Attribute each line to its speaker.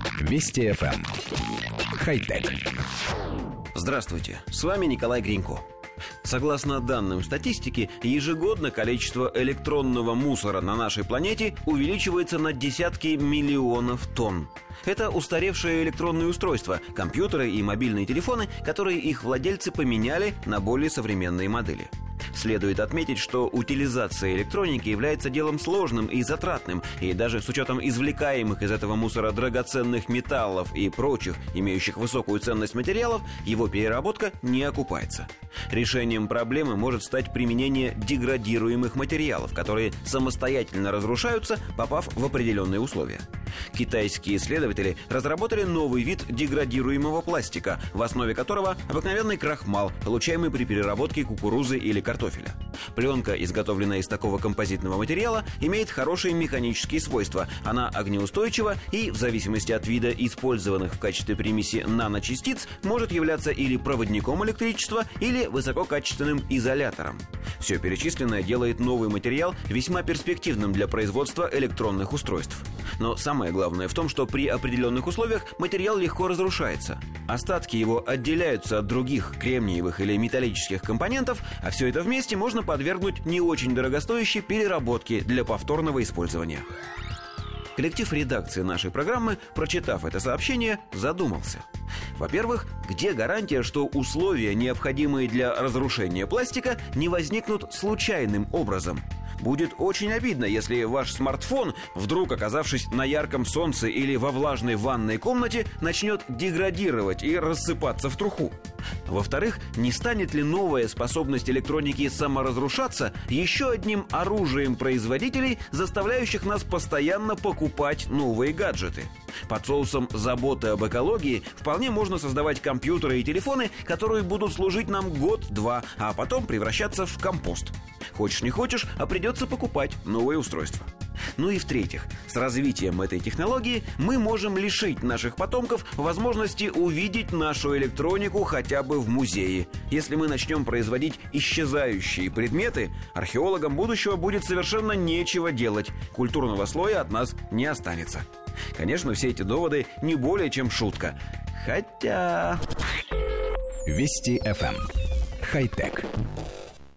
Speaker 1: Вести ФМ. Хай-тек.
Speaker 2: Здравствуйте, с вами Николай Гринько. Согласно данным статистики, ежегодно количество электронного мусора на нашей планете увеличивается на десятки миллионов тонн. Это устаревшие электронные устройства, компьютеры и мобильные телефоны, которые их владельцы поменяли на более современные модели. Следует отметить, что утилизация электроники является делом сложным и затратным, и даже с учетом извлекаемых из этого мусора драгоценных металлов и прочих, имеющих высокую ценность материалов, его переработка не окупается. Решением проблемы может стать применение деградируемых материалов, которые самостоятельно разрушаются, попав в определенные условия. Китайские исследователи разработали новый вид деградируемого пластика, в основе которого обыкновенный крахмал, получаемый при переработке кукурузы или картофеля. Пленка, изготовленная из такого композитного материала, имеет хорошие механические свойства. Она огнеустойчива и, в зависимости от вида использованных в качестве примеси наночастиц, может являться или проводником электричества, или высококачественным изолятором. Все перечисленное делает новый материал весьма перспективным для производства электронных устройств. Но самое главное в том, что при определенных условиях материал легко разрушается. Остатки его отделяются от других кремниевых или металлических компонентов, а все это вместе можно подвергнуть не очень дорогостоящей переработке для повторного использования. Коллектив редакции нашей программы, прочитав это сообщение, задумался. Во-первых, где гарантия, что условия, необходимые для разрушения пластика, не возникнут случайным образом? Будет очень обидно, если ваш смартфон, вдруг оказавшись на ярком солнце или во влажной ванной комнате, начнет деградировать и рассыпаться в труху. Во-вторых, не станет ли новая способность электроники саморазрушаться еще одним оружием производителей, заставляющих нас постоянно покупать новые гаджеты? Под соусом заботы об экологии вполне можно создавать компьютеры и телефоны, которые будут служить нам год-два, а потом превращаться в компост. Хочешь не хочешь, а придется покупать новые устройства. Ну и в-третьих, с развитием этой технологии мы можем лишить наших потомков возможности увидеть нашу электронику хотя бы в музее. Если мы начнем производить исчезающие предметы, археологам будущего будет совершенно нечего делать. Культурного слоя от нас не останется. Конечно, все эти доводы не более чем шутка. Хотя...
Speaker 1: Вести ФМ. Хай-тек.